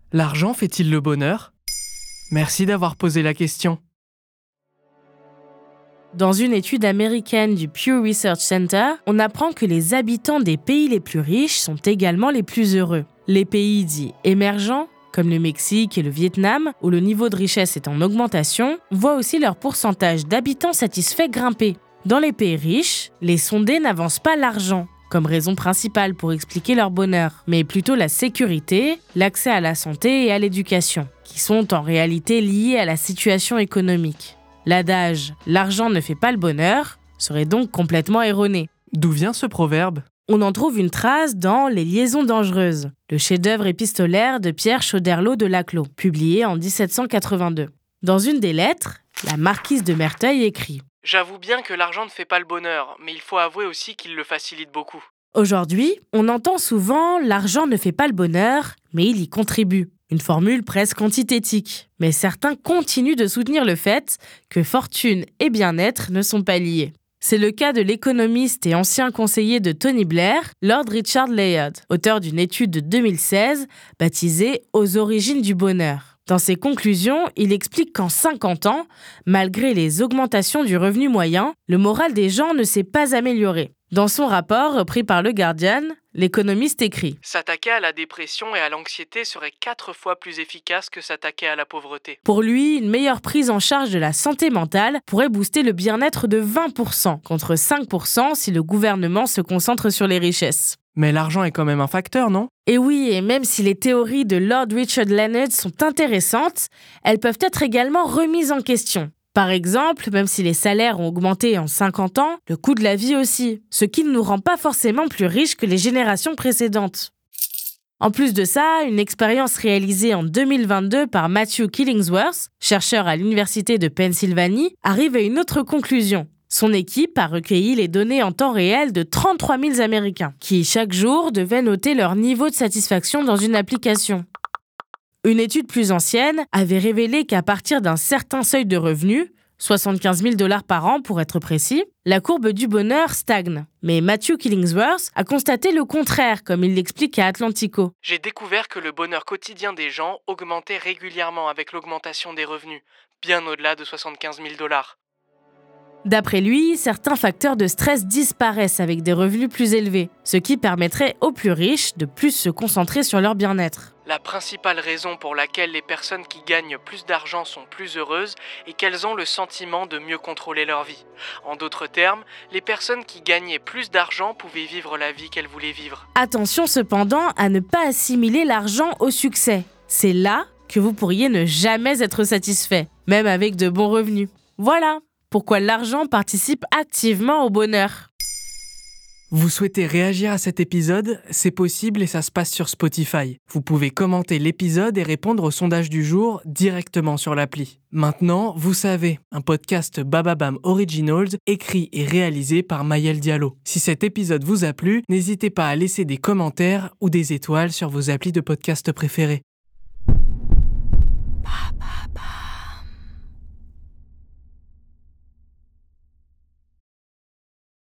L'argent fait-il le bonheur ? Merci d'avoir posé la question. Dans une étude américaine du Pew Research Center, on apprend que les habitants des pays les plus riches sont également les plus heureux. Les pays dits émergents, comme le Mexique et le Vietnam, où le niveau de richesse est en augmentation, voient aussi leur pourcentage d'habitants satisfaits grimper. Dans les pays riches, les sondés n'avancent pas l'argent comme raison principale pour expliquer leur bonheur, mais plutôt la sécurité, l'accès à la santé et à l'éducation, qui sont en réalité liés à la situation économique. L'adage « l'argent ne fait pas le bonheur » serait donc complètement erroné. D'où vient ce proverbe ? On en trouve une trace dans Les Liaisons dangereuses, le chef-d'œuvre épistolaire de Pierre Choderlos de Laclos, publié en 1782. Dans une des lettres, la marquise de Merteuil écrit « J'avoue bien que l'argent ne fait pas le bonheur, mais il faut avouer aussi qu'il le facilite beaucoup. » Aujourd'hui, on entend souvent « l'argent ne fait pas le bonheur, mais il y contribue ». Une formule presque antithétique. Mais certains continuent de soutenir le fait que fortune et bien-être ne sont pas liés. C'est le cas de l'économiste et ancien conseiller de Tony Blair, Lord Richard Layard, auteur d'une étude de 2016 baptisée « Aux origines du bonheur ». Dans ses conclusions, il explique qu'en 50 ans, malgré les augmentations du revenu moyen, le moral des gens ne s'est pas amélioré. Dans son rapport repris par Le Guardian, l'économiste écrit « S'attaquer à la dépression et à l'anxiété serait 4 fois plus efficace que s'attaquer à la pauvreté. » Pour lui, une meilleure prise en charge de la santé mentale pourrait booster le bien-être de 20%, contre 5% si le gouvernement se concentre sur les richesses. Mais l'argent est quand même un facteur, non ? Et oui, et même si les théories de Lord Richard Leonard sont intéressantes, elles peuvent être également remises en question. Par exemple, même si les salaires ont augmenté en 50 ans, le coût de la vie aussi, ce qui ne nous rend pas forcément plus riches que les générations précédentes. En plus de ça, une expérience réalisée en 2022 par Matthew Killingsworth, chercheur à l'Université de Pennsylvanie, arrive à une autre conclusion. Son équipe a recueilli les données en temps réel de 33 000 Américains, qui chaque jour devaient noter leur niveau de satisfaction dans une application. Une étude plus ancienne avait révélé qu'à partir d'un certain seuil de revenus, 75 000 $ par an pour être précis, la courbe du bonheur stagne. Mais Matthew Killingsworth a constaté le contraire, comme il l'explique à Atlantico. J'ai découvert que le bonheur quotidien des gens augmentait régulièrement avec l'augmentation des revenus, bien au-delà de 75 000 $. D'après lui, certains facteurs de stress disparaissent avec des revenus plus élevés, ce qui permettrait aux plus riches de plus se concentrer sur leur bien-être. La principale raison pour laquelle les personnes qui gagnent plus d'argent sont plus heureuses est qu'elles ont le sentiment de mieux contrôler leur vie. En d'autres termes, les personnes qui gagnaient plus d'argent pouvaient vivre la vie qu'elles voulaient vivre. Attention cependant à ne pas assimiler l'argent au succès. C'est là que vous pourriez ne jamais être satisfait, même avec de bons revenus. Voilà pourquoi l'argent participe activement au bonheur. Vous souhaitez réagir à cet épisode ? C'est possible et ça se passe sur Spotify. Vous pouvez commenter l'épisode et répondre au sondage du jour directement sur l'appli. Maintenant, vous savez, un podcast Bababam Originals écrit et réalisé par Maël Diallo. Si cet épisode vous a plu, n'hésitez pas à laisser des commentaires ou des étoiles sur vos applis de podcast préférés.